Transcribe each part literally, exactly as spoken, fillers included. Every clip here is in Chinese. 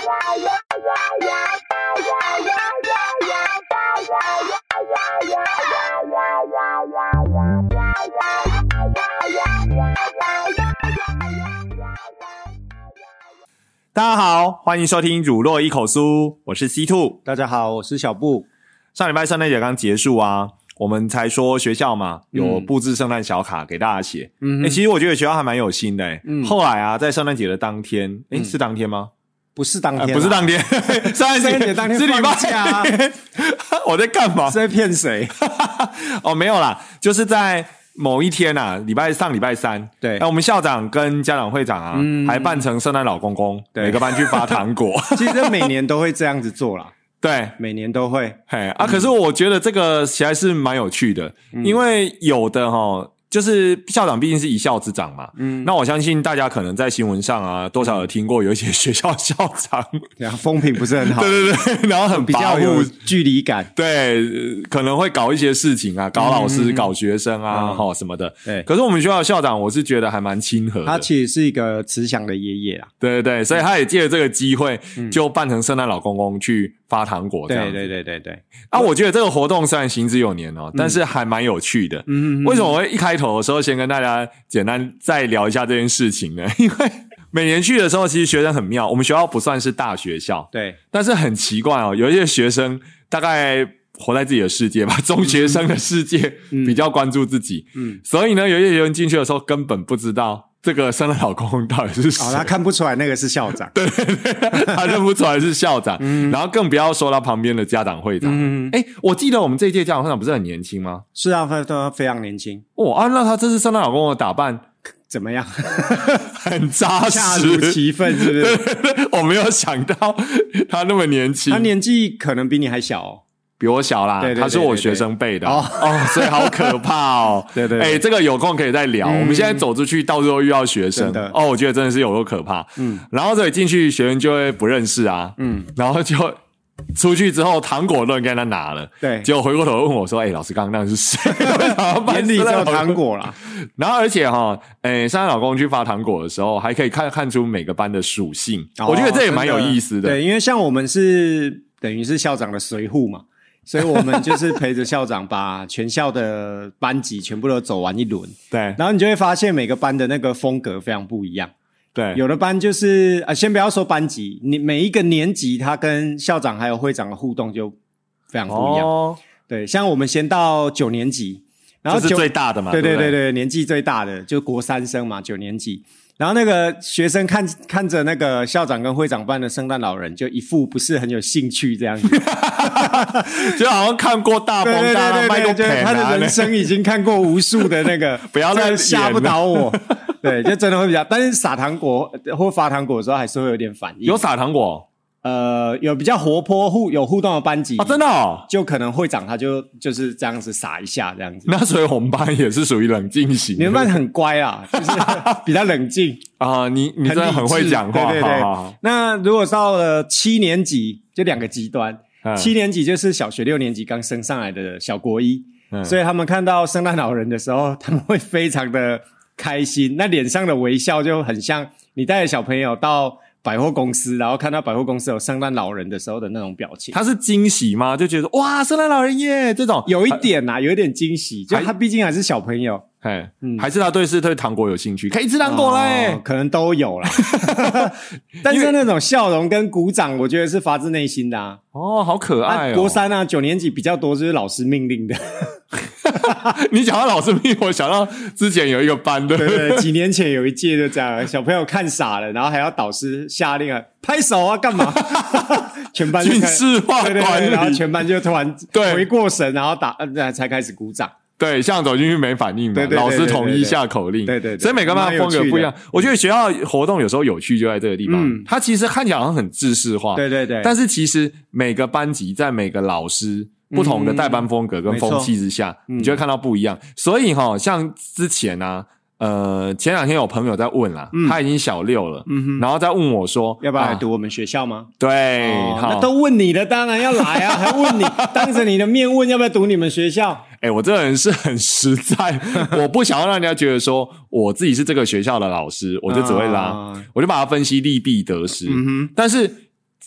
大家好，欢迎收听乳酪一口酥，我是 C 兔。 大家好，我是小布。 上礼拜圣诞节刚结束啊，我们才说学校嘛有布置圣诞小卡给大家写。嗯、欸，其实我觉得学校还蛮有心的、欸嗯、后来啊，在圣诞节的当天，诶、欸嗯、是当天吗？ 不是当天、啊呃，不是当天，圣诞节当天是礼拜啊。我在干嘛？ 是在骗谁？ 哦，没有啦，就是在某一天啊，礼拜上礼拜三，对，那我们校长跟家长会长啊，嗯、还扮成圣诞老公公，每个班去发糖果。 其实每年都会这样子做啦。 对， 每年都会。 嘿啊、嗯，可是我觉得这个实在是蛮有趣的，嗯、因为有的齁。就是校长毕竟是一校之长嘛，嗯，那我相信大家可能在新闻上啊，多少有听过有一些学校校长， 这样风评不是很好， 对对对，然后很比较有距离感， 对，可能会搞一些事情啊，搞老师、嗯、搞学生啊，齁、嗯、什么的。对，可是我们学校的校长，我是觉得还蛮亲和的， 他其实是一个慈祥的爷爷啦， 对对对，所以他也借着这个机会，就扮成圣诞老公公去发糖果这样子。 对对对对对。 啊，我觉得这个活动虽然行之有年哦，但是还蛮有趣的。嗯，为什么我会一开头的时候先跟大家简单再聊一下这件事情呢？因为每年去的时候，其实学生很妙。我们学校不算是大学校，对，但是很奇怪哦，有一些学生大概活在自己的世界吧，中学生的世界比较关注自己，嗯，所以呢，有一些学生进去的时候根本不知道这个圣诞老公公到底是谁？ 哦，他看不出来那个是校长， 对对对，他认不出来是校长，嗯、然后更不要说他旁边的家长会长。嗯，哎，我记得我们这一届家长会长不是很年轻吗？ 是啊，他非常年轻。 哦啊，那他这次圣诞老公公的打扮怎么样？ 很扎实， 恰如其分，是不是？ 对对对，我没有想到他那么年轻， 他年纪可能比你还小哦。 比我小啦，对对对对对，他是我学生辈的哦，哦，所以好可怕哦。对对，哎、欸，这个有空可以再聊。嗯、我们现在走出去，到处都遇到学生，哦，我觉得真的是有多可怕。嗯，然后这里进去，学生就会不认识啊，嗯，然后就出去之后，糖果都人跟他拿了，对，结果回过头问我说：“哎、欸，老师，刚刚那是谁？” 眼里只有糖果啦。 然后而且哈，哎、欸，圣诞老公去发糖果的时候，还可以看看出每个班的属性，哦、我觉得这也蛮有意思的。 对，因为像我们是等于是校长的随扈嘛。所以我们就是陪着校长把全校的班级全部都走完一轮，对，然后你就会发现每个班的那个风格非常不一样，对，有的班就是啊，先不要说班级，你每一个年级他跟校长还有会长的互动就非常不一样，哦，对，像我们先到九年级，然后这是最大的嘛， 对对对对, 对，年纪最大的就国三生嘛，九年级。然后那个学生看看着那个校长跟会长班的圣诞老人，就一副不是很有兴趣这样子， 就好像看过大风大浪，麦克对，他的人生已经看过无数的那个， 不要再吓不倒我。对，就真的会比较，但是撒糖果或发糖果的时候，还是会有点反应。 有撒糖果。 呃，有比较活泼互有互动的班级啊，真的哦， 就可能会长他就就是这样子撒一下这样子。 那所以我们班也是属于冷静型， 你们班很乖啦，就是比较冷静啊。你你真的很会讲话， 对对对。好好好，那如果到了七年级，就两个极端，嗯、七年级就是小学六年级刚升上来的小国一，嗯、所以他们看到圣诞老人的时候，他们会非常的开心，那脸上的微笑就很像你带着小朋友到百货公司，然后看到百货公司有圣诞老人的时候的那种表情。 他是惊喜吗？就觉得哇，圣诞老人耶，这种有一点啊，有一点惊喜，就他毕竟还是小朋友， 嘿，嗯，还是他对是对糖果有兴趣，可以吃糖果嘞， 哦，可能都有啦。但是那种笑容跟鼓掌，我觉得是发自内心的啊。 哦，好可爱哦。 啊，国三啊，九年级比较多就是老师命令的。 你讲到老师命，我想到之前有一个班的， 对对，几年前有一届就这样，小朋友看傻了，然后还要导师下令啊，拍手啊，干嘛？全班就军事化管理， 对对对，然后全班就突然回过神，然后打呃才开始鼓掌。 对，像走进去没反应嘛，对对对对对对对，老师统一下口令，对对对，所以每个班的风格不一样。我觉得学校活动有时候有趣就在这个地方，嗯，它其实看起来好像很制式化，对对对，但是其实每个班级在每个老师不同的代班风格跟风气之下，嗯，你就会看到不一样。所以齁，像之前啊，呃，前两天有朋友在问啦，嗯，他已经小六了，嗯哼，然后再问我说， 要不要来读我们学校吗？ 啊，对， 哦，那都问你的，当然要来啊，还问你，当着你的面问要不要读你们学校？ 哎，欸，我这个人是很实在，我不想要让人家觉得说我自己是这个学校的老师，我就只会拉，啊，我就把它分析利弊得失。嗯哼，但是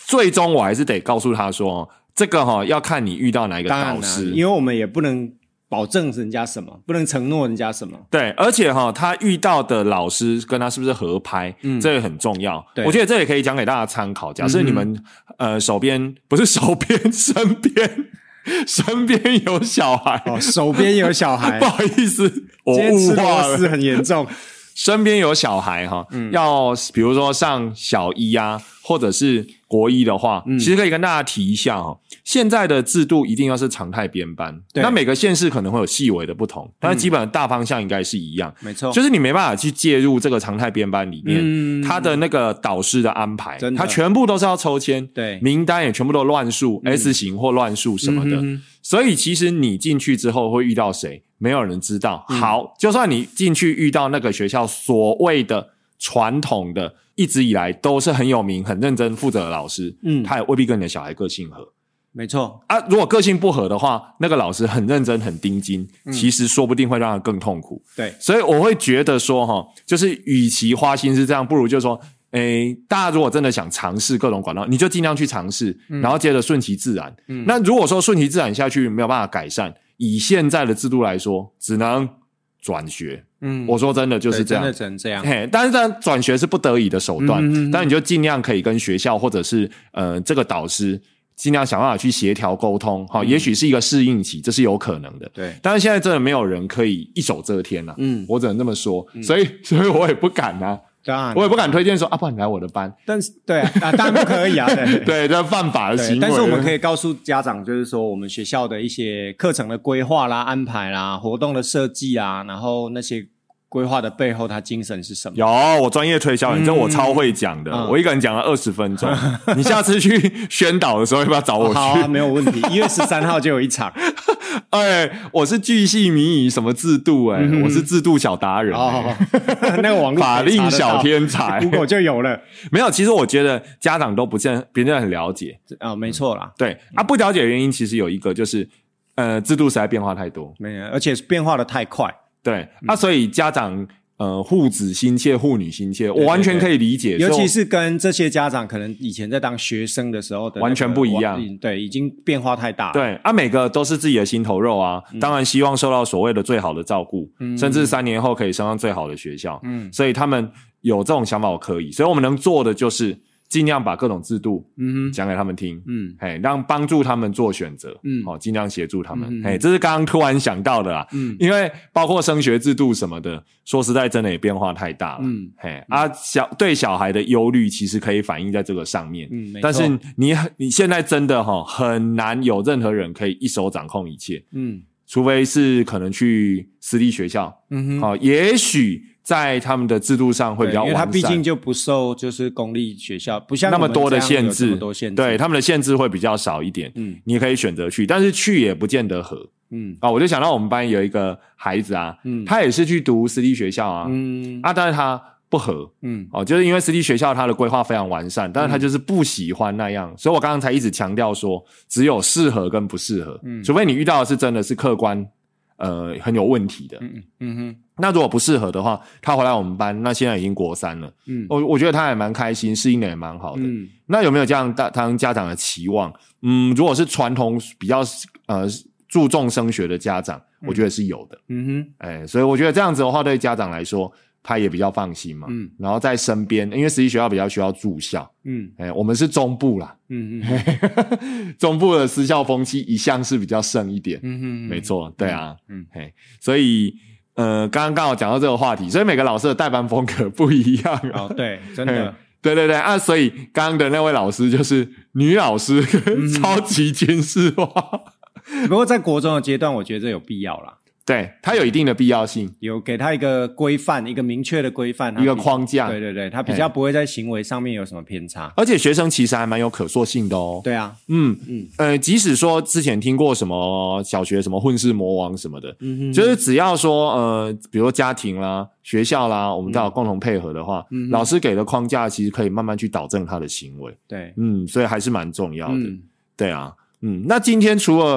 最终我还是得告诉他说，这个哈、哦、要看你遇到哪一个导师， 因为我们也不能保证人家什么，不能承诺人家什么。 对，而且哈、哦，他遇到的老师跟他是不是合拍，嗯，这个很重要。我觉得这也可以讲给大家参考。假设你们、嗯、呃手边不是手边，身边身边有小孩， 哦，手边有小孩， 不好意思，我误化了，很严重。 身边有小孩哈，嗯，要比如说上小一啊，或者是国一的话，嗯，其实可以跟大家提一下哈，现在的制度一定要是常态编班，那每个县市可能会有细微的不同，但是基本的大方向应该是一样， 没错， 就是你没办法去介入这个常态编班里面，嗯，他的那个导师的安排，他全部都是要抽签， 对， 名单也全部都乱数、嗯、S 型或乱数什么的，嗯，所以其实你进去之后会遇到谁？没有人知道。好，就算你进去遇到那个学校所谓的传统的一直以来都是很有名很认真负责的老师，嗯，他也未必跟你的小孩个性合。 没错啊，如果个性不合的话，那个老师很认真很盯紧，嗯，其实说不定会让他更痛苦。 对， 所以我会觉得说齁，就是与其花心思这样，不如就说诶，大家如果真的想尝试各种管道，你就尽量去尝试，嗯，然后接着顺其自然，嗯，那如果说顺其自然下去没有办法改善，以现在的制度来说，只能转学。嗯，我说真的就是这样， 真的只能这样。 嘿，但是这样转学是不得已的手段，嗯，但你就尽量可以跟学校或者是呃这个导师尽量想办法去协调沟通，好，嗯，也许是一个适应期，这是有可能的。 对， 但是现在真的没有人可以一手遮天啊，嗯，我只能这么说，嗯，所以所以我也不敢啊。 当然， 我也不敢推荐说啊，不然你来我的班。 但是，对啊，啊当然不可以啊，对对，这犯法的行为。 但是我们可以告诉家长，就是说我们学校的一些课程的规划啦、安排啦、活动的设计啊，然后那些规划的背后，它精神是什么？ 有，我专业推销，你这我超会讲的，嗯，我一个人讲了二十分钟。你下次去宣导的时候，要不要找我去？ 好啊，没有问题。一月十三号就有一场。 哎，我是巨细靡遗什么制度哎，欸嗯，我是制度小达人，欸， 哦，那个网络法令小天才 ，Google 就有了。 没有，其实我觉得家长都不是很，别人很了解啊，哦，没错啦。 对啊，不了解的原因其实有一个就是呃，制度实在变化太多， 没有，而且变化的太快。 对，嗯，啊，所以家长。呃，护子心切，护女心切，我完全可以理解。 尤其是跟这些家长可能以前在当学生的时候的，那個， 完全不一样。 对，已经变化太大了。 对啊，每个都是自己的心头肉啊，嗯，当然希望受到所谓的最好的照顾，嗯，甚至三年后可以升上最好的学校。嗯，所以他们有这种想法，我可以。所以我们能做的就是尽量把各种制度嗯讲给他们听，嗯，嘿，让帮助他们做选择，嗯，好，尽量协助他们，嗯，嘿，这是刚刚突然想到的啦，嗯，因为包括升学制度什么的，说实在真的也变化太大了，嗯，嘿，啊，小对小孩的忧虑其实可以反映在这个上面，嗯，没错，但是你你现在真的齁很难有任何人可以一手掌控一切，嗯，除非是可能去私立学校，嗯哼，好，也许。在他们的制度上会比较完善， 因为他毕竟就不受就是公立学校不像那么多的限制， 那么多限制， 对他们的限制会比较少一点。嗯，你可以选择去，但是去也不见得合。嗯，啊，我就想到我们班有一个孩子啊，嗯，他也是去读私立学校啊，嗯，啊，但是他不合，嗯，哦，就是因为私立学校它的规划非常完善，但是他就是不喜欢那样，嗯，所以我刚刚才一直强调说，只有适合跟不适合，嗯，除非你遇到的是真的是客观。呃，很有问题的，嗯嗯哼。那如果不适合的话，他回来我们班，那现在已经国三了，嗯，我我觉得他也蛮开心，适应的也蛮好的。嗯，那有没有这样当家长的期望？嗯，如果是传统比较呃注重升学的家长，我觉得是有的。嗯哼，哎，所以我觉得这样子的话，对家长来说，他也比较放心嘛。嗯，然后在身边，因为私立学校比较需要住校。嗯，哎，我们是中部啦。嗯嗯，中部的私校风气一向是比较盛一点。嗯哼，没错，对啊。嗯，嘿，所以呃，刚刚刚好讲到这个话题，所以每个老师的代班风格不一样。 哦，对，真的。 对对对啊，所以刚刚的那位老师就是女老师，嗯，超级军事化。 不过在国中的阶段，我觉得这有必要啦。 对，它有一定的必要性， 有给他一个规范，一个明确的规范， 一个框架。 对对对，他比较不会在行为上面有什么偏差。 而且学生其实还蛮有可塑性的哦。 对啊， 嗯嗯，呃，即使说之前听过什么小学什么混世魔王什么的，嗯哼，就是只要说呃，比如说家庭啦、学校啦，我们都有共同配合的话，嗯，老师给的框架其实可以慢慢去导正他的行为。 对， 嗯，所以还是蛮重要的。嗯，对啊，嗯，那今天除了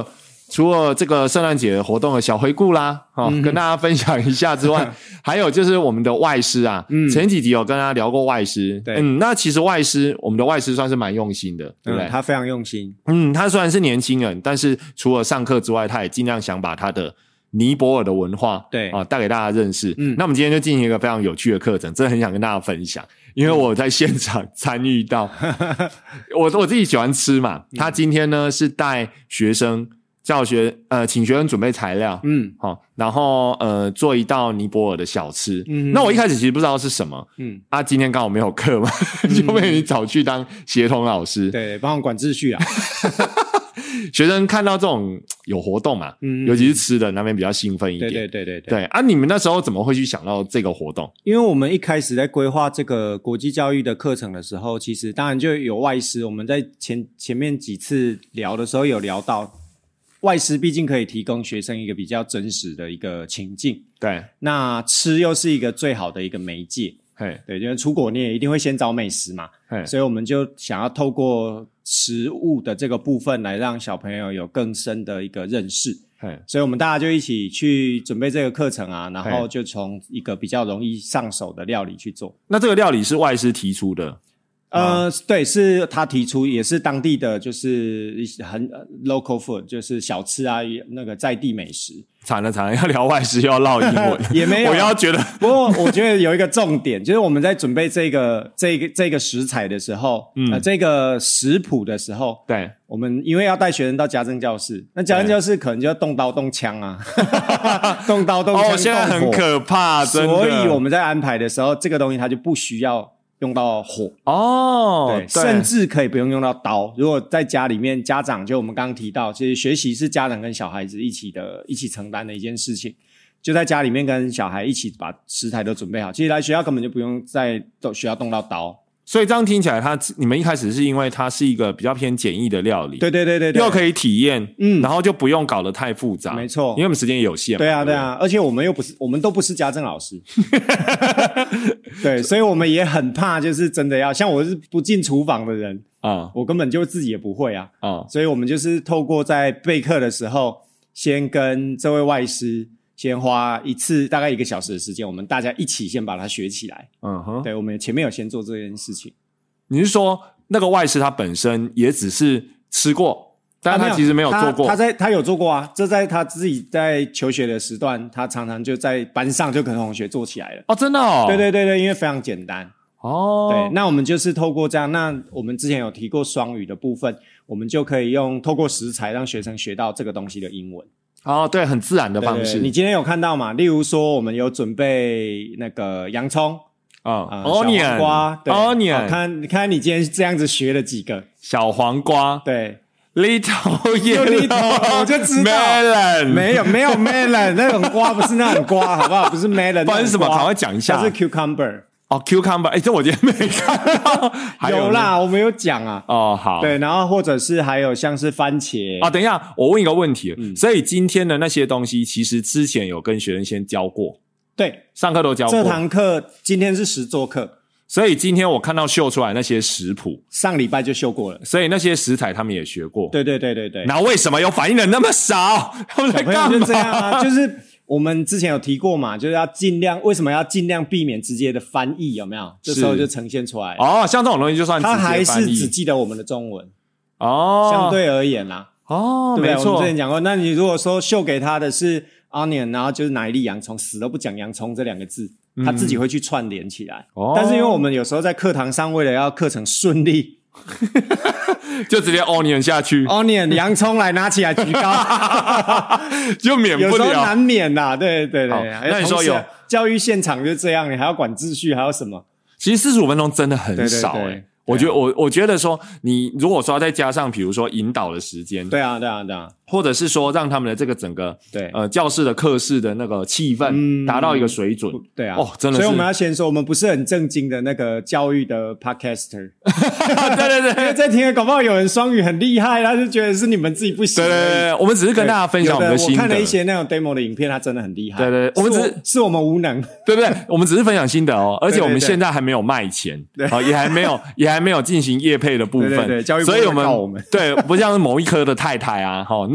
除了这个圣诞节活动的小回顾啦，哦嗯、跟大家分享一下之外，还有就是我们的外师啊，嗯、前几集有跟大家聊过外师，对，嗯，那其实外师我们的外师算是蛮用心的，对不对？ 嗯、他非常用心， 嗯，他虽然是年轻人，但是除了上课之外，他也尽量想把他的尼泊尔的文化，对啊，带给大家认识。嗯，那我们今天就进行一个非常有趣的课程，真的很想跟大家分享，因为我在现场参与到，我我自己喜欢吃嘛，他今天呢是带学生。教学呃，请学生准备材料，嗯，好、哦，然后呃，做一道尼泊尔的小吃。嗯，那我一开始其实不知道是什么，嗯，啊，今天刚好没有课嘛，嗯、就被你找去当协同老师， 对，帮我管秩序啊。 学生看到这种有活动嘛，嗯，尤其是吃的那边比较兴奋一点， 对对对对对。 对啊，你们那时候怎么会去想到这个活动？ 因为我们一开始在规划这个国际教育的课程的时候，其实当然就有外师，我们在前前面几次聊的时候有聊到。外师毕竟可以提供学生一个比较真实的一个情境， 对， 那吃又是一个最好的一个媒介，对，因为出国你也一定会先找美食嘛，所以我们就想要透过食物的这个部分来让小朋友有更深的一个认识，所以我们大家就一起去准备这个课程啊，然后就从一个比较容易上手的料理去做。 那这个料理是外师提出的？ 呃，对，是他提出，也是当地的，就是很 local food， 就是小吃啊，那个在地美食。 惨了惨了，要聊外师又要烙英文， 也没有。 我要觉得， 不过我觉得有一个重点，就是我们在准备这个这个这个食材的时候，嗯，呃，这个食谱的时候， 对， 我们因为要带学生到家政教室，那家政教室可能就要动刀动枪啊，动刀动枪， 哦，现在很可怕，真的。 所以我们在安排的时候，这个东西它就不需要。用到火哦， 对，对，甚至可以不用用到刀。如果在家里面，家长就我们刚刚提到，其实学习是家长跟小孩子一起的、一起承担的一件事情。就在家里面跟小孩一起把食材都准备好，其实来学校根本就不用再需要动到刀。 所以这样听起来它，你们一开始是因为它是一个比较偏简易的料理， 对对对对对， 又可以体验，嗯，然后就不用搞得太复杂， 没错， 因为我们时间有限嘛， 对啊对啊，而且我们又不是，我们都不是家政老师，对，所以我们也很怕，就是真的要像我是不进厨房的人啊、嗯，我根本就自己也不会啊，啊、嗯，所以我们就是透过在备课的时候，先跟这位外师。先花一次大概一个小时的时间，我们大家一起先把它学起来。嗯哼，对，我们前面有先做这件事情。 你是说那个外师他本身也只是吃过，但他其实没有做过。 他, 他在他有做过啊，这在他自己在求学的时段，他常常就在班上就跟同学做起来了。 哦，真的哦。 对对对对，因为非常简单。 哦， 对，那我们就是透过这样，那我们之前有提过双语的部分，我们就可以用透过食材让学生学到这个东西的英文。 哦，对，很自然的方式。 对对对，你今天有看到吗？例如说，我们有准备那个洋葱啊、 呃，小黄瓜 ，onion， 哦、看，你看你今天这样子学了几个小黄瓜？ 对 ，little yellow， 我就知道 melon， 没有没有 melon 那种瓜不是那种瓜，好不好？不是 melon， 不然是什么？赶快讲一下， 它是 cucumber。 哦 ，cucumber， 哎，这我今天没看到。 有, 有啦，我们有讲啊。 哦，好。 对，然后或者是还有像是番茄啊。等一下，我问一个问题。嗯，所以今天的那些东西，其实之前有跟学生先教过。 对， 上课都教过。 这堂课今天是实作课， 所以今天我看到秀出来那些食谱， 上礼拜就秀过了。 所以那些食材他们也学过。 对对对对对。 那为什么有反应的那么少？他们在干嘛？ 就这样啊，就是。我们之前有提过嘛，就是要尽量，为什么要尽量避免直接的翻译？有没有？这时候就呈现出来哦，像这种东西就算直接翻译， 他还是只记得我们的中文哦， 相对而言啦， 哦， 对不对？ 没错， 我们之前讲过，那你如果说秀给他的是 onion， 然后就是哪一粒洋葱，死都不讲洋葱这两个字，他自己会去串联起来。哦，但是因为我们有时候在课堂上，为了要课程顺利。 就直接 onion 下去 onion 洋葱来拿起来举高就免不了， 有时候难免啦，对对对。 那你说有教育现场就这样，你还要管秩序，还有什么？ 其实四十五分钟真的很少诶、欸。对对对，我觉得我我觉得说，你如果说要再加上比如说引导的时间， 对啊对啊对啊， 或者是说让他们的这个整个对呃教室的课室的那个气氛达到一个水准， 嗯、对啊， 哦，真的是， 所以我们要先说，我们不是很正经的那个教育的 podcaster， 对对对， 因为在听的搞不好有人双语很厉害，他就觉得是你们自己不行， 对对对，我们只是跟大家分享我们的心得。 我看了一些那种 demo 的影片，他真的很厉害， 对对对，我们只是是我们无能， 对不对？我们只是分享心得哦，而且我们现在还没有卖钱，哦，也还没有也还没有进行业配的部分， 对对对，教育部所以我们我们对不像是某一科的太太啊，齁，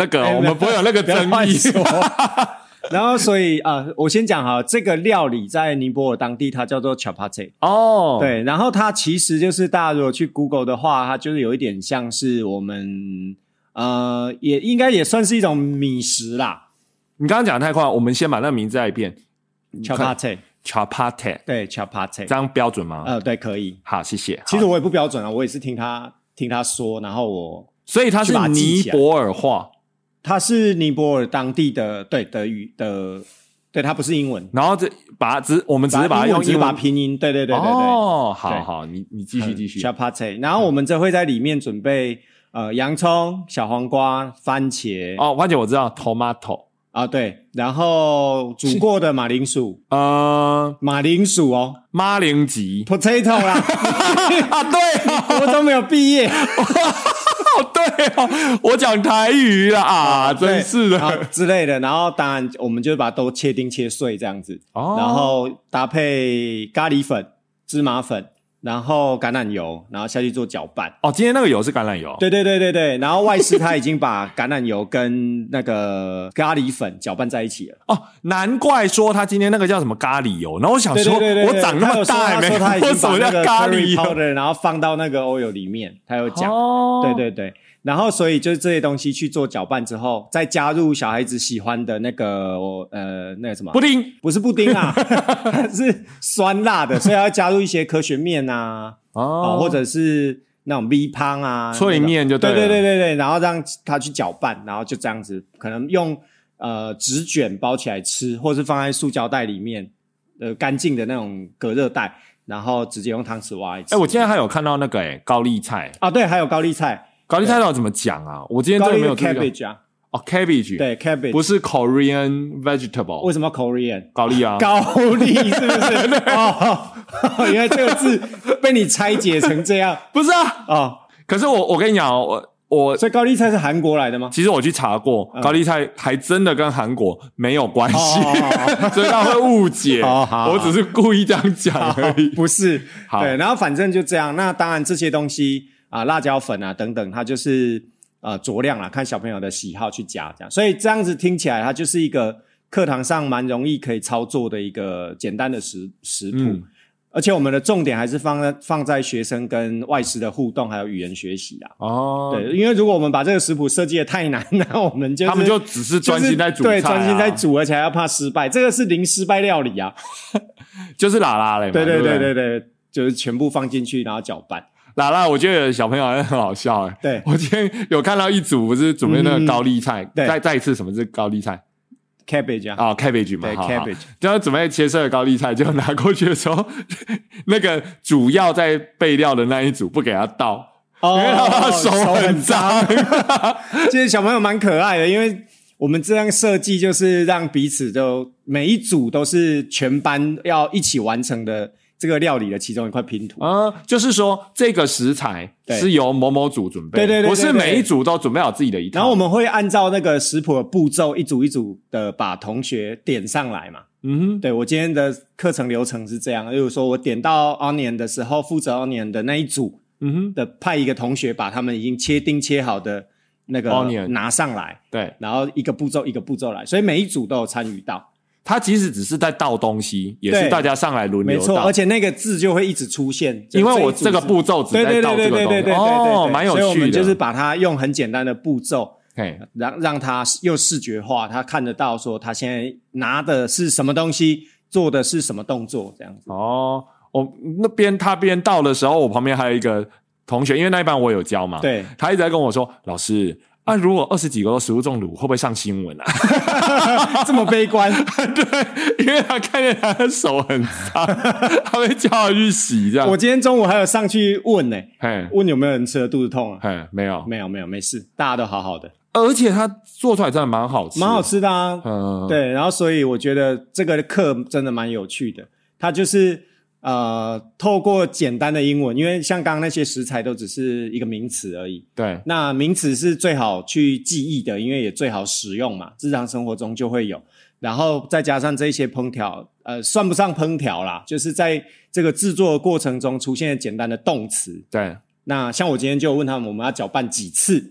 那个，我们不会有那个争议。 然后，所以啊、呃，我先讲哈，这个料理在尼泊尔当地它叫做 chapati 哦， 对，然后它其实就是大家如果去 Google 的话，它就是有一点像是我们呃，也应该也算是一种米食啦。 你刚刚讲的太快，我们先把那个名字再一遍 chapati chapati 对 chapati 这样标准吗？ 呃，对，可以。 好，谢谢。 其实我也不标准啊，我也是听他听他说，然后我所以它是尼泊尔话。 它是尼泊尔当地的对的语的，对，它不是英文。 然后这把它只我们只是把它用英文把拼音，对对对对对。 哦，好好，你你继续继续。 chapati， 然后我们这会在里面准备呃洋葱、小黄瓜、番茄。 哦，番茄我知道 ，tomato 啊对，然后煮过的马铃薯， 呃， 马铃薯哦， 马铃薯 ，potato 啦。 啊，对啊， 我都没有毕业。 哦，对哦，我讲台语啦啊，真是的之类的。然后当然我们就把它都切丁切碎这样子，哦，然后搭配咖喱粉、芝麻粉，然后橄榄油，然后下去做搅拌。 哦，今天那个油是橄榄油。 对对对对对。然后外师他已经把橄榄油跟那个咖喱粉搅拌在一起了。 哦，难怪说他今天那个叫什么咖喱油。然后我想说， 对对对对对， 我长那么大还没他说他已经把那个咖喱 powder 然后放到那个 oil 里面，他有讲。 哦， 对对对。然后所以就是这些东西去做搅拌之后，再加入小孩子喜欢的那个呃那个什么布丁， 不是布丁啊，它是酸辣的，所以要加入一些科学面啊，哦，或者是那种 V 汤啊， 脆面就对了， 对对对对对，然后让它去搅拌，然后就这样子，可能用呃纸卷包起来吃，或是放在塑胶袋里面，呃干净的那种隔热袋，然后直接用汤匙挖一吃。 哎，我今天还有看到那个哎高丽菜啊，对，还有高丽菜。 高丽菜要怎么讲啊？我今天真的没有这个 cabbage 啊， 哦 cabbage， 对 cabbage 不是 Korean vegetable， 为什么 Korean？ 高丽啊， 高丽是不是？哦，原来这个字被你拆解成这样， 不是啊？哦，可是我我跟你讲哦，我我所以高丽菜是韩国来的吗？ 其实我去查过，嗯、高丽菜还真的跟韩国没有关系， 哦、 所以他会误解。 哦、好好我只是故意这样讲而已， 不是。 好对，然后反正就这样。那当然这些东西。啊，辣椒粉啊，等等，它就是呃酌量啦，看小朋友的喜好去加这样，所以这样子听起来，它就是一个课堂上蛮容易可以操作的一个简单的食食谱，嗯、而且我们的重点还是放在放在学生跟外师的互动，还有语言学习啊。 哦， 对，因为如果我们把这个食谱设计的太难，那我们就是他们就只是专心在煮菜、啊就是，对，专心在煮，而且还要怕失败，这个是零失败料理啊， 就是啦啦嘞嘛， 对对对对对, 对, 对，就是全部放进去，然后搅拌。 啦啦，我觉得小朋友好像很好笑哎。 对， 我今天有看到一组不是准备那个高丽菜， 嗯、 再再一次什么是高丽菜 ？cabbage 啊， 哦 cabbage 嘛， 对好 cabbage， 就要准备切碎的高丽菜，就拿过去的时候，那个主要在备料的那一组不给他倒， 哦、 因为他手很脏。 其实小朋友蛮可爱的，因为我们这样设计就是让彼此都每一组都是全班要一起完成的。这个料理的其中一块拼图啊、呃，就是说这个食材是由某某组准备， 对对 对, 对, 对, 对， 不是每一组都准备好自己的一套。 然后我们会按照那个食谱的步骤，一组一组的把同学点上来嘛。嗯哼，对，我今天的课程流程是这样，例如说我点到 onion 的时候，负责 onion 的那一组，嗯哼的派一个同学把他们已经切丁切好的那个 onion 拿上来， 对， 然后一个步骤一个步骤来，所以每一组都有参与到。 他即使只是在倒东西，也是大家上来轮流倒， 没错，而且那个字就会一直出现， 因为我这个步骤只在倒这个东西，哦，蛮有趣的。 所以我们就是把它用很简单的步骤，让让他又视觉化，他看得到说他现在拿的是什么东西，做的是什么动作，这样子。 哦，我那边他边倒的时候，我旁边还有一个同学，因为那一班我有教嘛， 对， 他一直在跟我说，老师。啊，如果二十几个都食物中毒，会不会上新闻啊？ 这么悲观？ 对，因为他看见他的手很脏，他会叫他去洗这样。 我今天中午还有上去问呢、欸，问有没有人吃了肚子痛啊？没有， 没有，没有，没事，大家都好好的。 而且他做出来真的蛮好吃， 蛮好吃的啊。嗯，对，然后所以我觉得这个课真的蛮有趣的，它就是。呃，透过简单的英文，因为像刚刚那些食材都只是一个名词而已。 对， 那名词是最好去记忆的，因为也最好使用嘛，日常生活中就会有。然后再加上这些烹调，呃，算不上烹调啦，就是在这个制作的过程中出现简单的动词。 对， 那像我今天就问他们，我们要搅拌几次？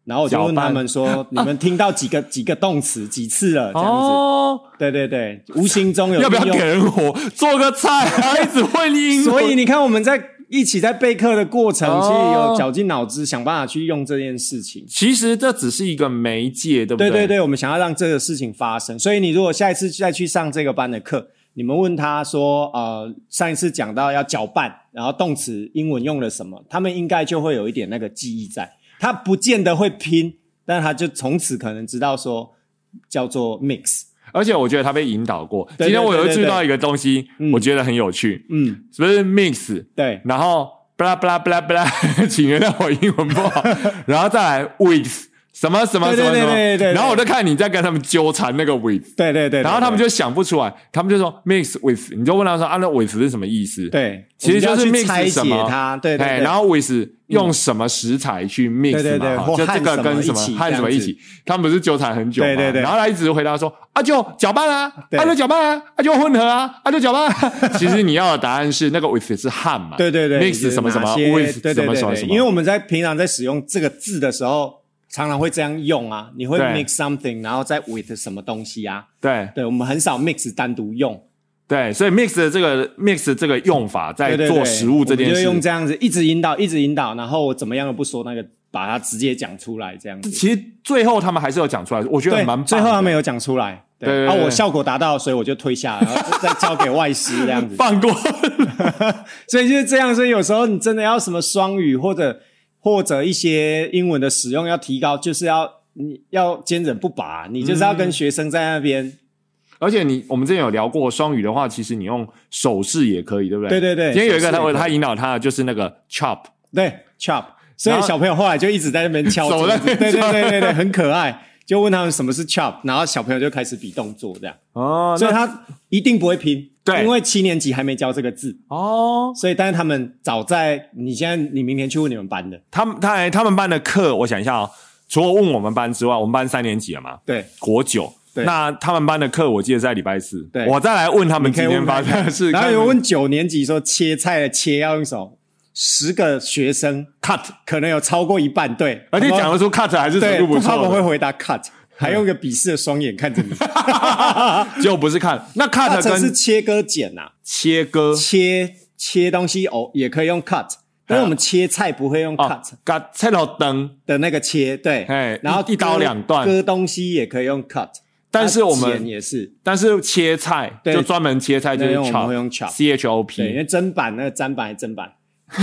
然后我就问他们说你们听到几个几个动词几次了这样子、哦、对对对，无形中有要不要给人活做个菜啊一直问英文。 所以你看我们在一起在备课的过程、哦、其实有绞尽脑汁想办法去用这件事情。 其实这只是一个媒介，对不对？ 对对对，我们想要让这个事情发生。所以你如果下一次再去上这个班的课，你们问他说呃，上一次讲到要搅拌，然后动词英文用了什么，他们应该就会有一点那个记忆在。他不见得会拼，但他就从此可能知道说叫做 mix。 而且我觉得他被引导过。对对对对对，今天我有注意到一个东西、嗯、我觉得很有趣，嗯，是不是 mix？ 对， 然后 blah blah blah blah 请原谅我英文不好然后再来 with什么什么什么什么，对对对对对，然后我就看你在跟他们纠缠那个 with， 对对 对, 对, 对， 然后他们就想不出来，他们就说 mix with， 你就问他说啊那 with 是什么意思？ 对， 其实就是 mix 什么， 它对对 对, 对， 然后 with 用什么食材去 mix 嘛，对对对，就这个跟什么和什么一起，他们不是纠缠很久嘛，对对对，然后他一直回答说啊就搅拌啊，啊就搅拌啊，啊就混合啊，啊就搅拌啊其实你要的答案是那个 with 是和嘛， 对对对 ，mix 什么什么 with 什么什么什么， 因为我们在平常在使用这个字的时候常常会这样用啊，你会 mix something 然后再 with 什么东西啊，对对，我们很少 mix 单独用， 对，所以 mix 的这个 mix 的这个用法在做食物这件事， 对对对，我们就用这样子一直引导一直引导，然后我怎么样都不说那个，把它直接讲出来这样子。 其实最后他们还是有讲出来，我觉得蛮棒的， 最后他们有讲出来，对，对对对，啊我效果达到，所以我就退下，然后再交给外师这样子放过所以就是这样，所以有时候你真的要什么双语或者或者一些英文的使用要提高，就是要你要坚韧不拔，你就是要跟学生在那边、嗯、 而且你我们之前有聊过双语的话，其实你用手势也可以，对不对？ 对对对， 今天有一个他他引导他的就是那个 chop， 对 chop， 所以小朋友后来就一直在那边敲手在那边，对对对对对，很可爱，就问他们什么是 chop， 然后小朋友就开始比动作这样，哦，所以他一定不会拼，对，因为七年级还没教这个字哦，所以但是他们早在你现在你明天去问你们班的， 他们他他们班的课，我想一下哦，除了问我们班之外，我们班三年级了嘛，对，国九，对，那他们班的课我记得是在礼拜四，对，我再来问他们今天发生的事， 然后有问九年级说切菜的切要用手。十个学生 cut 可能有超过一半对， 而且讲得出 cut 还是程度不错的， 他们会回答 cut， 还用一个鄙视的双眼看着你结果不是看那 cut 跟 cut 是切割剪啊， 切割切切东西哦也可以用 cut， 但是我们切菜不会用 cut， cut 菜头灯的那个切，对，然后一刀两断， 割东西也可以用 cut， 但是我们也是， 但是切菜就专门切菜就是 chop， 我们会用 chop C H O P， 对，因为砧板那个砧板还砧板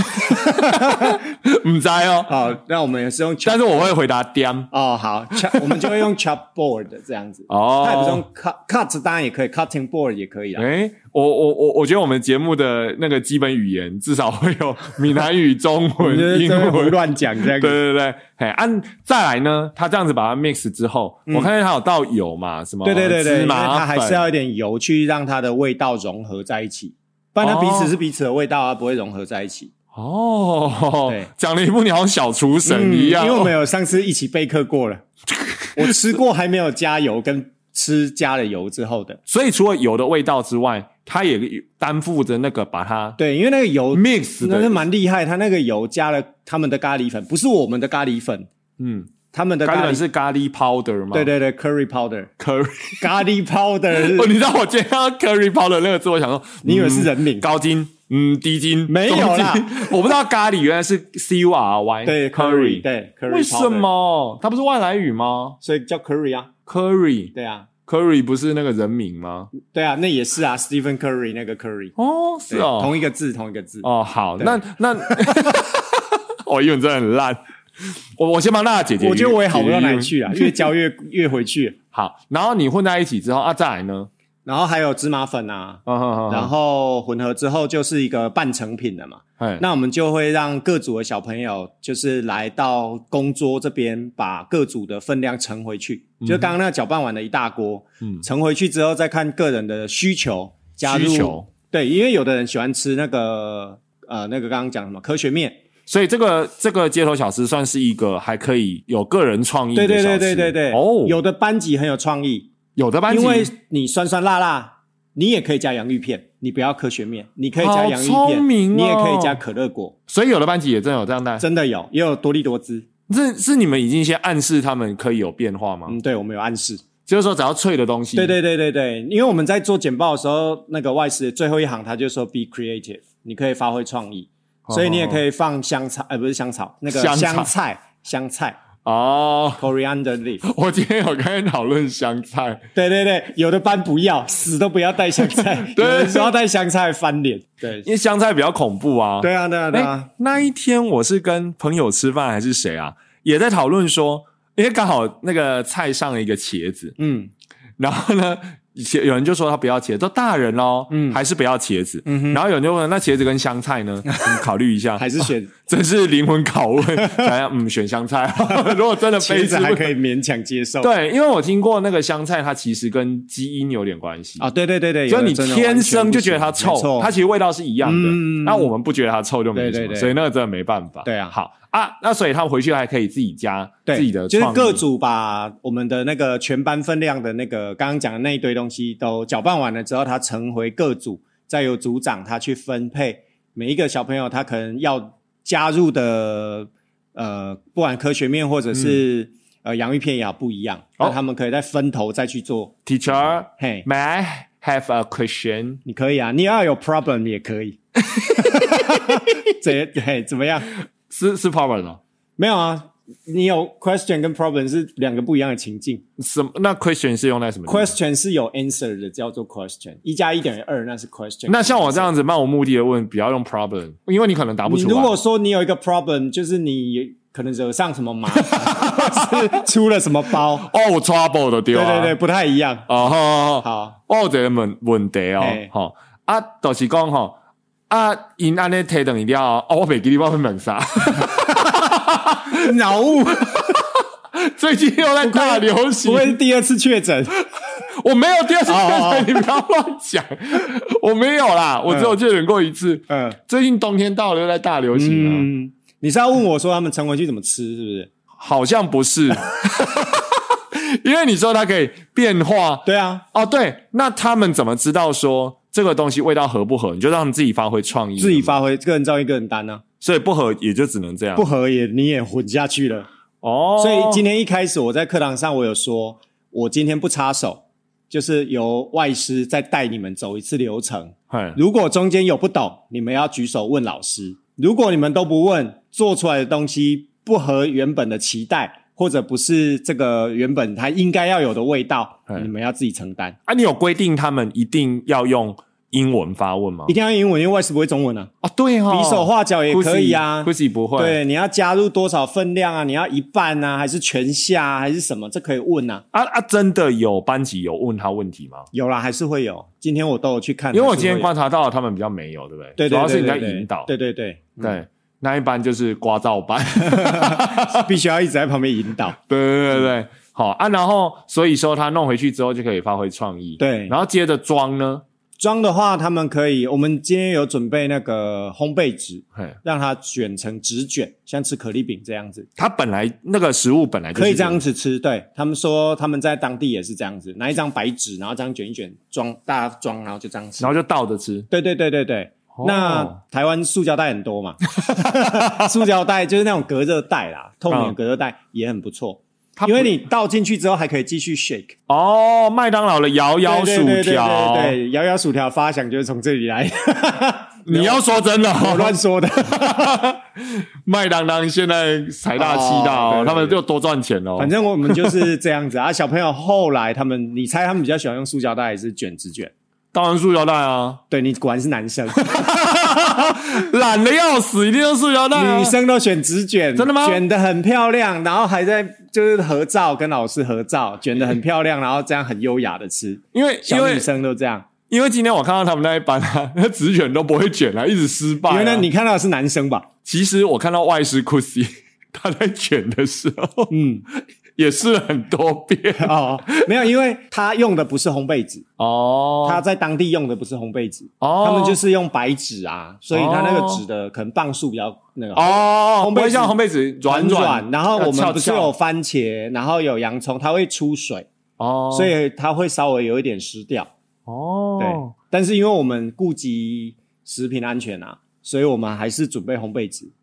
不知道哦， 好，那我们也是用 chop， 但是我会回答 damn 哦，好我们就会用 chop board 这样子哦，它也不是用 cut cut 当然也可以 cutting board 也可以啦。 诶我我我我觉得我们节目的那个基本语言至少会有闽南语、中文、英文乱讲这样子， 对对对，嘿，按、啊、再来呢，他这样子把它 mix 之后，嗯、我看见他有倒油嘛，什么对对对对， 芝麻因为它还是要一点油去让它的味道融合在一起，不然它彼此是彼此的味道啊，不会融合在一起。 哦，对，讲了一副你好像小厨神一样、 嗯，因为我们有上次一起备课过了，我吃过还没有加油跟吃加了油之后的， 所以除了油的味道之外，它也担负着那个把它对，因为那个油 mix 的那是蛮厉害，它那个油加了他们的咖喱粉，不是我们的咖喱粉，嗯。他们的咖喱粉是咖喱 powder 吗？ 对对对 ，curry powder， curry 咖喱 powder 哦，你知道我今天看到 curry powder 那个字，我想说， 你以为是人名？ 高筋，嗯，低筋， 没有啦， 我不知道咖喱原来是 C U R Y， 对 curry， 对 curry， 为什么？它不是外来语吗？ 所以叫 curry 啊 ，curry， 对啊 ，curry 不是那个人名吗？ 对啊，那也是啊 ，Stephen Curry 那个 curry， 哦，是哦， 同一个字，同一个字。 哦，好，那那，我英文真的很烂。我我先帮大家解决， 我觉得我也好不到哪里去啊，越教越越回去。 好，然后你混在一起之后啊，再来呢？ 然后还有芝麻粉啊，哦哦哦然后混合之后就是一个半成品了嘛。那我们就会让各组的小朋友就是来到公桌这边，把各组的分量盛回去。嗯、就刚刚那个搅拌完的一大锅，嗯，盛回去之后再看个人的需求加入。需求对，因为有的人喜欢吃那个呃那个刚刚讲什么科学面。 所以这个这个街头小吃算是一个还可以有个人创意的小吃， 对对对对对对。哦，有的班级很有创意， 有的班级， 因为你酸酸辣辣，你也可以加洋芋片，你不要科学面，你可以加洋芋片， 好聪明哦， 你也可以加可乐果。 所以有的班级也真的有这样的， 真的有，也有多利多滋。 是是你们已经先暗示他们可以有变化吗？ 嗯，对，我们有暗示。 就是说只要脆的东西。 对对对对对，因为我们在做简报的时候，那个外师最后一行他就说 be creative， 你可以发挥创意，哦、所以你也可以放香草，呃，不是香草，那个香菜，香菜。哦 ，coriander leaf。 我今天有跟人讨论香菜。 对对对，有的班不要，死都不要带香菜，对，有的时候带香菜翻脸。对， 因为香菜比较恐怖啊。 对啊，对啊，对啊。 那一天我是跟朋友吃饭还是谁啊，也在讨论说，因为刚好那个菜上了一个茄子，嗯，然后呢。有人就说他不要茄子，都大人咯，嗯，还是不要茄子。嗯、然后有人就问，那茄子跟香菜呢？你考虑一下， 还是选？ 真是灵魂拷问。想想，嗯，选香菜。如果真的茄子还可以勉强接受。 对，因为我听过那个香菜，它其实跟基因有点关系啊。对对对对， 所以你天生就觉得它臭，它其实味道是一样的。 嗯， 那我们不觉得它臭就没什么， 对对对， 所以那个真的没办法。 对啊， 好。啊，那所以他们回去还可以自己加自己的创意， 就是各组把我们的那个全班分量的那个刚刚讲的那一堆东西都搅拌完了之后，它呈回各组，再由组长他去分配每一个小朋友他可能要加入的呃，不管科学面或者是、嗯、呃洋芋片也好不一样，那、哦、他们可以再分头再去做。 Teacher, hey, may I have a question? 你可以啊，你要有 problem 也可以。这嘿怎么样？ 是是 problem 哦， 没有啊，你有 question 跟 problem 是两个不一样的情境。 什么？那 question 是用在什么地方？ question 是有 answer 的，叫做 question， 一加一等于二，那是 question。 那像我这样子漫无目的的问，不要用 problem， 因为你可能答不出来。 你如果说你有一个 problem， 就是你可能惹上什么麻烦，是出了什么包哦、oh, ，trouble 的对啊， 对对对，不太一样。 哦，好， 好， 哦，这个问问题哦，好啊，就是讲吼。啊，因安尼摕等一了哦，我袂记你我分两啥， 脑雾。 最近又在大流行， 不会是第二次确诊？ 我没有第二次确诊，你不要乱讲，我没有啦，我只有确诊过一次。嗯，最近冬天到了又在大流行了。 嗯，你是要问我说他们盛回去怎么吃，是不是？ 好像不是。因为你说它可以变化， 对啊， 哦对，那他们怎么知道说这个东西味道合不合？你就让他们自己发挥创意， 自己发挥，个人造诣个人担啊。 所以不合也就只能这样， 不合也你也混下去了哦。所以今天一开始我在课堂上我有说，我今天不插手，就是由外师再带你们走一次流程。如果中间有不懂，你们要举手问老师。如果你们都不问，做出来的东西不合原本的期待。或者不是这个原本它应该要有的味道，你们要自己承担啊！你有规定他们一定要用英文发问吗？ 一定要用英文，因为外师不会中文啊。 啊，对哦， 比手画脚也可以啊。 Kusi 不会。 对，你要加入多少分量啊？你要一半啊，还是全下啊，还是什么？这可以问啊。 啊啊！真的有班级有问他问题吗？ 有啦，还是会有。今天我都有去看， 因为我今天观察到他们比较没有，对不对？ 对对对对对， 主要是你在引导。 对对对对。对那一般就是聒噪班， 必须要一直在旁边引导。 对对对对，好啊。然后所以说他弄回去之后就可以发挥创意。 对， 然后接着装呢， 装的话他们可以，我们今天有准备那个烘焙纸，让它卷成纸卷，像吃可丽饼这样子。 它本来那个食物本来就是可以这样子吃，对他们说他们在当地也是这样子，拿一张白纸，然后这样卷一卷，装大家装，然后就这样吃， 然后就倒着吃。 对对对对对。那台湾塑胶袋很多嘛，塑胶袋就是那种隔热袋啦，透明的隔热袋也很不错，因为你倒进去之后还可以继续 shake。 哦，麦当劳的摇摇薯条，对对对对对，摇摇薯条发想就是从这里来。 你要说真的、哦， 我乱说的。 麦当当现在财大气大哦，哦他们就多赚钱哦。 反正我们就是这样子啊。小朋友后来他们，你猜他们比较喜欢用塑胶袋还是卷纸卷？ 当然塑胶袋啊！ 对，你果然是男生， 懒得要死，一定用塑胶袋、啊。 女生都选纸卷， 真的吗？ 卷得很漂亮，然后还在就是合照，跟老师合照，卷得很漂亮，然后这样很优雅的吃。 因为小女生都这样。 因为今天我看到他们那一班啊，那纸卷都不会卷啊，一直失败、啊。 因为呢，你看到的是男生吧？ 其实我看到外师 Kusi 他在卷的时候，嗯。也试了很多遍哦，没有，因为他用的不是烘焙纸哦，他在当地用的不是烘焙纸哦，他们就是用白纸啊，所以他那个纸的可能磅数比较那个哦，烘焙像烘焙纸软软，然后我们不是有番茄，然后有洋葱，它会出水哦，所以它会稍微有一点湿掉哦，对，但是因为我们顾及食品安全啊，所以我们还是准备烘焙纸。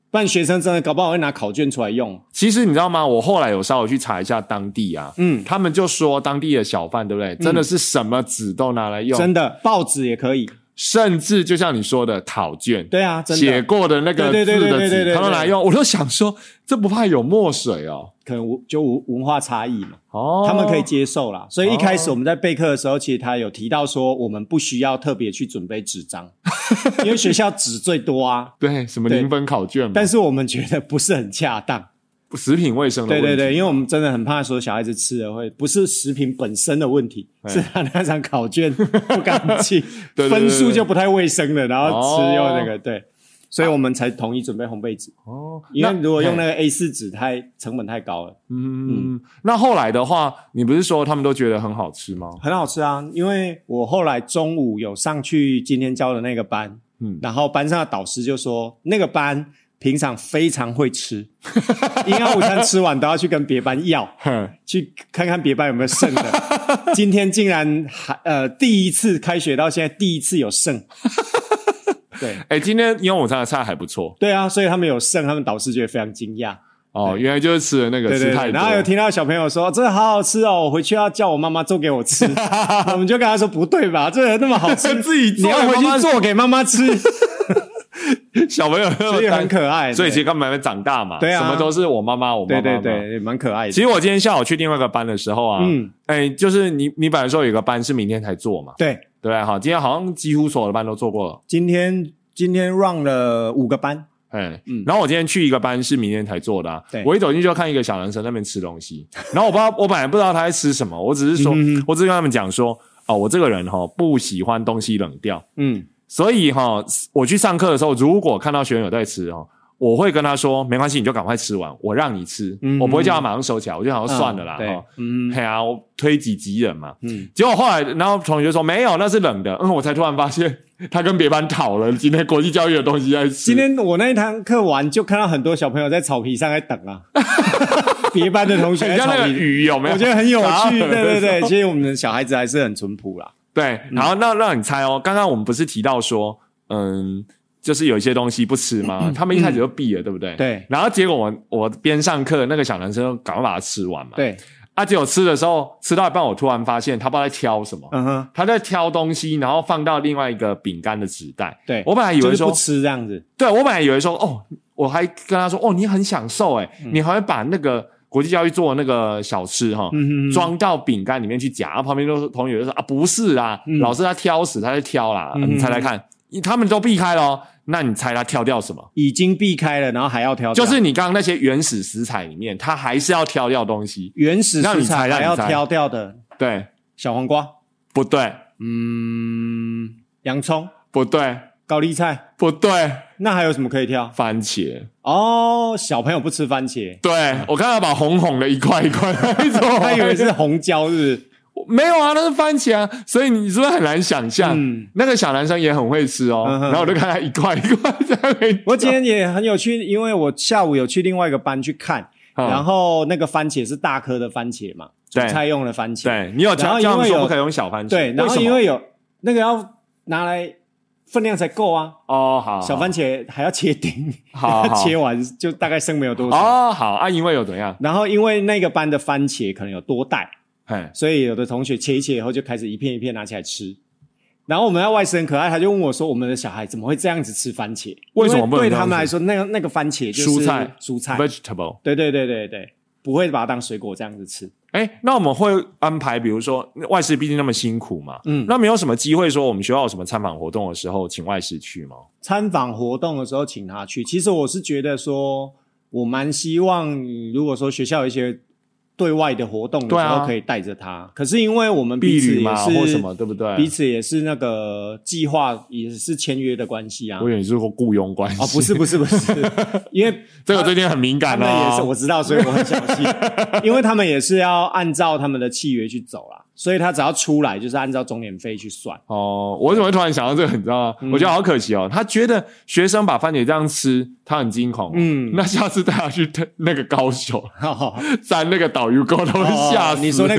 不然学生真的搞不好会拿考卷出来用。 其实你知道吗？我后来有稍微去查一下当地啊，嗯，他们就说当地的小贩对不对？真的是什么纸都拿来用， 真的，报纸也可以。 甚至就像你说的考卷， 对啊，真的写过的那个字的纸，他都拿来用。我就想说，这不怕有墨水哦？ 可能就文化差异嘛，哦，他们可以接受啦。所以一开始我们在备课的时候，其实他有提到说，我们不需要特别去准备纸张，因为学校纸最多啊。 对，什么零分考卷嘛。 但是我们觉得不是很恰当。 食品卫生的问题， 对对对，因为我们真的很怕说小孩子吃了会不是食品本身的问题，是他那张考卷不干净，分数就不太卫生了，然后吃又那个、哦、对，所以我们才同意准备烘焙纸。哦，因为如果用那个 A 四 纸太成本太高了。 嗯嗯，那后来的话，你不是说他们都觉得很好吃吗？ 很好吃啊，因为我后来中午有上去今天教的那个班，嗯，然后班上的导师就说那个班平常非常会吃，营养午餐吃完都要去跟别班要，去看看别班有没有剩的。今天竟然还呃第一次开学到现在第一次有剩。对， 哎、欸，今天营养午餐的菜还不错。 对啊，所以他们有剩，他们导师觉得非常惊讶。 哦，原来就是吃了那个对对对吃太多。 然后有听到小朋友说这个好好吃哦，我回去要叫我妈妈做给我吃。我们就跟他说不对吧，这个那么好吃， 自己做你要回去做给妈妈吃。 小朋友所以很可爱， 所以其实他们还没长大嘛， 对啊， 什么都是我妈妈我妈妈， 对对对，蛮可爱的。 其实我今天下午去另外一个班的时候啊，嗯，哎，就是你你本来说有一个班是明天才做嘛， 对对哈，今天好像几乎所有的班都做过了。 今天今天 run 了五个班， 哎，嗯，然后我今天去一个班是明天才做的啊， 对， 我一走进去就看一个小男生在那边吃东西，然后我不知道，我本来不知道他在吃什么，我只是说，嗯、我只是跟他们讲说，哦，我这个人哈不喜欢东西冷掉，嗯。所以哈，我去上课的时候，如果看到学员有在吃哦，我会跟他说，没关系，你就赶快吃完，我让你吃，嗯、我不会叫他马上收起来，我就想说算了啦，哈、嗯，嘿啊，我推己及人嘛，嗯，结果后来，然后同学说没有，那是冷的，嗯，我才突然发现他跟别班讨了今天国际教育的东西在吃。 今天我那一堂课完，就看到很多小朋友在草皮上在等啊。别班的同学在草皮， 那个鱼有没有？ 我觉得很有趣，对对对，其实我们的小孩子还是很淳朴啦。 对，然后那让你猜哦，刚刚我们不是提到说，嗯，就是有一些东西不吃吗？嗯、他们一开始就避了，嗯、对不对？ 对。 然后结果我我边上课，那个小男生赶快把它吃完嘛。 对。 啊，结果吃的时候吃到一半，我突然发现他不知道在挑什么，嗯哼，他在挑东西，然后放到另外一个饼干的纸袋。 对， 我本来以为说、 就是、不吃这样子。 对，我本来以为说，哦，我还跟他说，哦，你很享受诶、嗯、你还会把那个。国际教育做的那个小吃哈，嗯、装到饼干里面去夹，然后旁边都同学就说啊，不是啦，嗯、老师他挑食，他在挑啦，嗯、你猜猜看，他们都避开了哦，那你猜他挑掉什么？ 已经避开了，然后还要挑掉， 就是你刚刚那些原始食材里面，他还是要挑掉东西， 原始食材还要挑掉的， 对， 小黄瓜不对， 嗯，洋葱不对。 高丽菜不对， 那还有什么可以挑？ 番茄哦，小朋友不吃番茄。 对，嗯、我看他把红红的一块一块他以为是红椒，是不是？ 没有啊，那是番茄啊，所以你是不是很难想象？嗯、那个小男生也很会吃哦，嗯、然后我就看他一块一块在那边。 我今天也很有趣，因为我下午有去另外一个班去看，嗯、然后那个番茄是大颗的番茄嘛，煮菜用的番茄。 对，你有教他们说不可以用小番茄， 对，然后因为有那个要拿来。分量才够啊！ 哦，好， 小番茄还要切丁， 好，好切完就大概剩没有多少。 哦，好啊，因为有怎样？ 然后因为那个班的番茄可能有多袋，所以有的同学切一切以后就开始一片一片拿起来吃。然后我们要外甥很可爱，他就问我说：“我们的小孩怎么会这样子吃番茄？ 为什么不能对他们来说，那个那个番茄就是蔬菜， 蔬菜 vegetable。 对对对对对，不会把它当水果这样子吃。” 哎，那我们会安排，比如说外师毕竟那么辛苦嘛，嗯，那没有什么机会说我们学校有什么参访活动的时候，请外师去吗？ 参访活动的时候请他去，其实我是觉得说，我蛮希望，如果说学校有一些对外的活动的时候，可以带着他。啊、可是因为我们彼此也是或什么，对不对？ 彼此也是那个计划，也是签约的关系啊。 我以为是雇佣关系。 哦，不是不是不是，因为这个最近很敏感哦。 他们也是我知道，所以我很小心，因为他们也是要按照他们的契约去走啦。所以他只要出来，就是按照钟点费去算。 哦，我怎么会突然想到这个？你知道吗？嗯、我觉得好可惜哦。他觉得学生把番茄这样吃，他很惊恐。嗯，那下次带他去那个高手，沾那个导游沟都会吓死、 哦。你说那个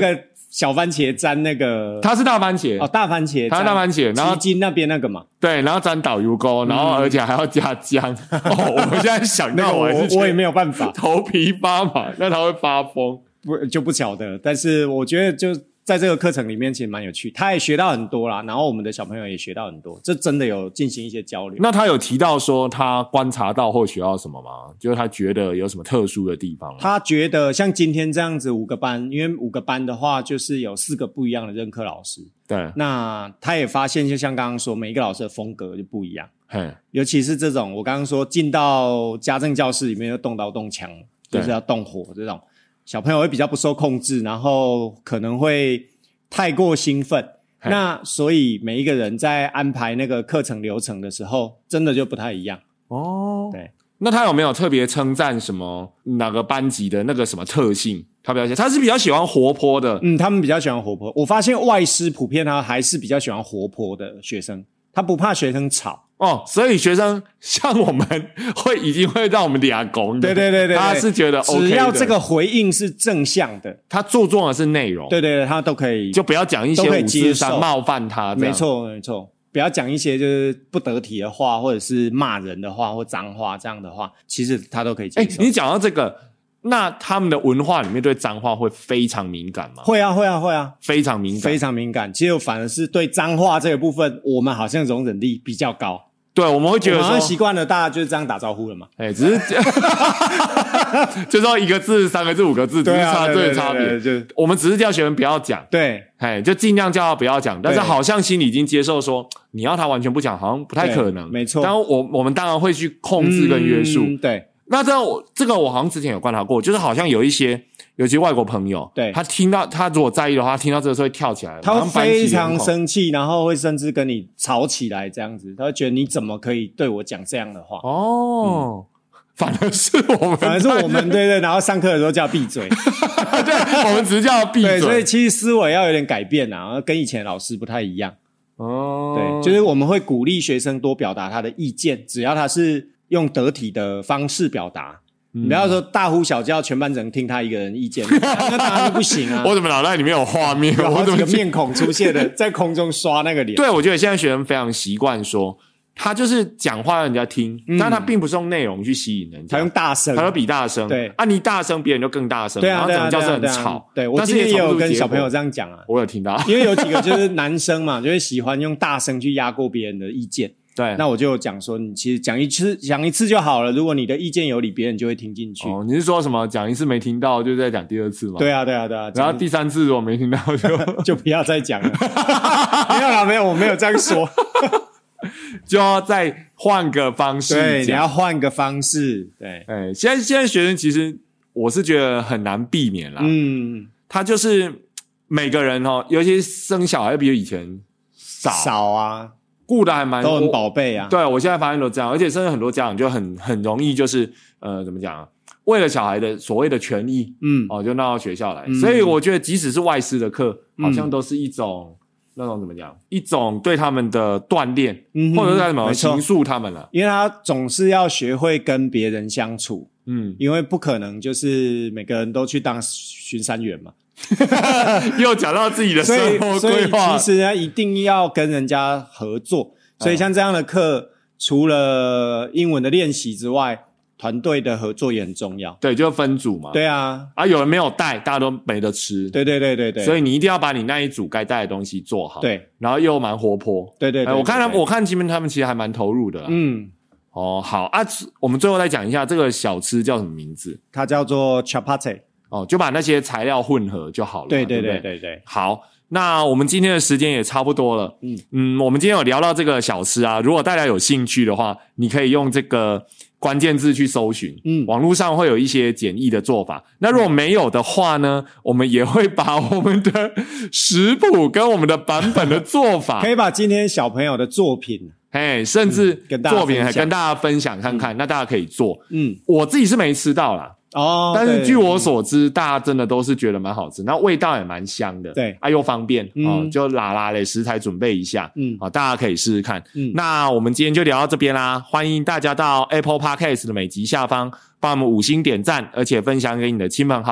小番茄沾那个， 它是大番茄哦，大番茄， 它是大番茄，然后鸡精那边那个嘛， 对，然后沾导游膏，然后而且还要加姜。嗯、哦，我们现在想到我还是我也没有办法， 头皮发麻，那他会发疯， 不就不晓得。但是我觉得就在这个课程里面其实蛮有趣，他也学到很多啦，然后我们的小朋友也学到很多，这真的有进行一些交流。 那他有提到说他观察到或学到什么吗？就是他觉得有什么特殊的地方吗？ 他觉得像今天这样子五个班，因为五个班的话就是有四个不一样的任课老师， 对， 那他也发现就像刚刚说每一个老师的风格就不一样， 嘿， 尤其是这种我刚刚说进到家政教室里面就动刀动枪，就是要动火这种小朋友会比较不受控制，然后可能会太过兴奋，那所以每一个人在安排那个课程流程的时候真的就不太一样哦。 对， 那他有没有特别称赞什么哪个班级的那个什么特性？他比较他是比较喜欢活泼的， 嗯，他们比较喜欢活泼。我发现外师普遍他还是比较喜欢活泼的学生，他不怕学生吵。 哦，所以学生像我们会已经会让我们俩拱的， 对对对 对, 对， 他是觉得 OK 的， 只要这个回应是正向的， 他注重的是内容， 对对对，他都可以， 就不要讲一些五四三冒犯他， 没错没错，不要讲一些就是不得体的话，或者是骂人的话或脏话，这样的话，其实他都可以接受。 欸，你讲到这个，那他们的文化里面对脏话会非常敏感吗？ 会啊会啊会啊， 非常敏感， 非常敏感。其实反而是对脏话这个部分，我们好像容忍力比较高。 对，我们会觉得说， 我们习惯了，大家就是这样打招呼了嘛。 哎、欸，只是就说一个字、三个字、五个字，只是差这个差别。就我们只是叫学生不要讲， 对， 哎，就尽量叫他不要讲。但是好像心里已经接受说，你要他完全不讲，好像不太可能。 没错。 但我我们当然会去控制跟约束。 嗯、对。 那这我这个我好像之前有观察过，就是好像有一些有些外国朋友， 对， 他听到他如果在意的话，他听到这个时候会跳起来， 他会非常生气，然后会甚至跟你吵起来这样子，他会觉得你怎么可以对我讲这样的话？ 哦，嗯、反而是我们， 反而是我们，对对，然后上课的时候叫闭嘴， 对，我们只是叫闭嘴， 对，所以其实思维要有点改变啊，跟以前老师不太一样。 哦， 对，就是我们会鼓励学生多表达他的意见，只要他是用得体的方式表达。你不要说大呼小叫，全班只能听他一个人意见，那当然就不行啊！ 我怎么脑袋里面有画面？ 有好几个面孔出现的，在空中刷那个脸。 对，我觉得现在学生非常习惯说，他就是讲话让人家听，嗯、但他并不是用内容去吸引人家， 他用大声， 他就比大声。 对啊， 你大声，别人就更大声， 对啊， 然后整个教室很吵。 对，我今天也有跟小朋友这样讲啊， 我有听到， 因为有几个就是男生嘛，就会喜欢用大声去压过别人的意见。 对， 那我就讲说，你其实讲一次，讲一次就好了。如果你的意见有理，别人就会听进去。 哦，你是说什么？讲一次没听到，就再讲第二次吗？ 对啊，对啊，对啊。 然后第三次如果没听到就， 就就不要再讲了。没有啦，没有，我没有这样说。 就要再换个方式讲。 对，你要换个方式。对， 哎，现在现在学生其实我是觉得很难避免啦。 嗯， 他就是每个人哦，尤其生小孩比以前少少啊。 顾的还蛮都很宝贝啊， 对，我现在发现都这样，而且甚至很多家长就很很容易就是呃怎么讲啊，为了小孩的所谓的权益，嗯，哦就闹到学校来，嗯、所以我觉得即使是外师的课，好像都是一种、嗯、那种怎么讲，一种对他们的锻炼，嗯、或者是什么形塑他们了， 因为他总是要学会跟别人相处， 嗯， 因为不可能就是每个人都去当巡山员嘛。 又讲到自己的生活规划， 其实呢，一定要跟人家合作。所以像这样的课，除了英文的练习之外，团队的合作也很重要。 对，就分组嘛。 对啊， 啊，有人没有带，大家都没得吃。 对对对对对。 所以你一定要把你那一组该带的东西做好。 对， 然后又蛮活泼。 对对 对, 对, 对, 对, 对、哎。 我看他们，我看基本他们其实还蛮投入的啦。 嗯。 哦，好啊，我们最后再讲一下这个小吃叫什么名字？ 它叫做 chapati。 哦，就把那些材料混合就好了。 对对对对对 对, 对。 好，那我们今天的时间也差不多了。嗯嗯，我们今天有聊到这个小吃啊，如果大家有兴趣的话，你可以用这个关键字去搜寻。嗯，网络上会有一些简易的做法。那如果没有的话呢，我们也会把我们的食谱跟我们的版本的做法， 可以把今天小朋友的作品。 哎，甚至作品还跟大家分享看看， 嗯、 那大家可以做。 嗯， 我自己是没吃到啦。 哦， 但是据我所知，大家真的都是觉得蛮好吃，那味道也蛮香的， 对， 啊又方便、 嗯、 哦，就拉拉嘞食材准备一下，嗯，好、哦，大家可以试试看。 嗯， 那我们今天就聊到这边啦，欢迎大家到 Apple Podcast 的每集下方帮我们五星点赞，而且分享给你的亲朋好友。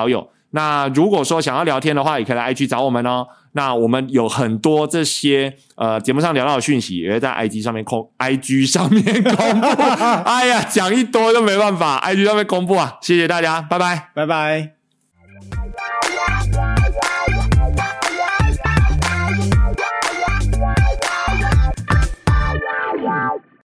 那如果说想要聊天的话，也可以来 I G 找我们哦。那我们有很多这些呃节目上聊到的讯息，也会在 I G 上面公 I G 上面公布。哎呀，讲一多就没办法 ，I G 上面公布啊！谢谢大家，拜拜， 拜拜。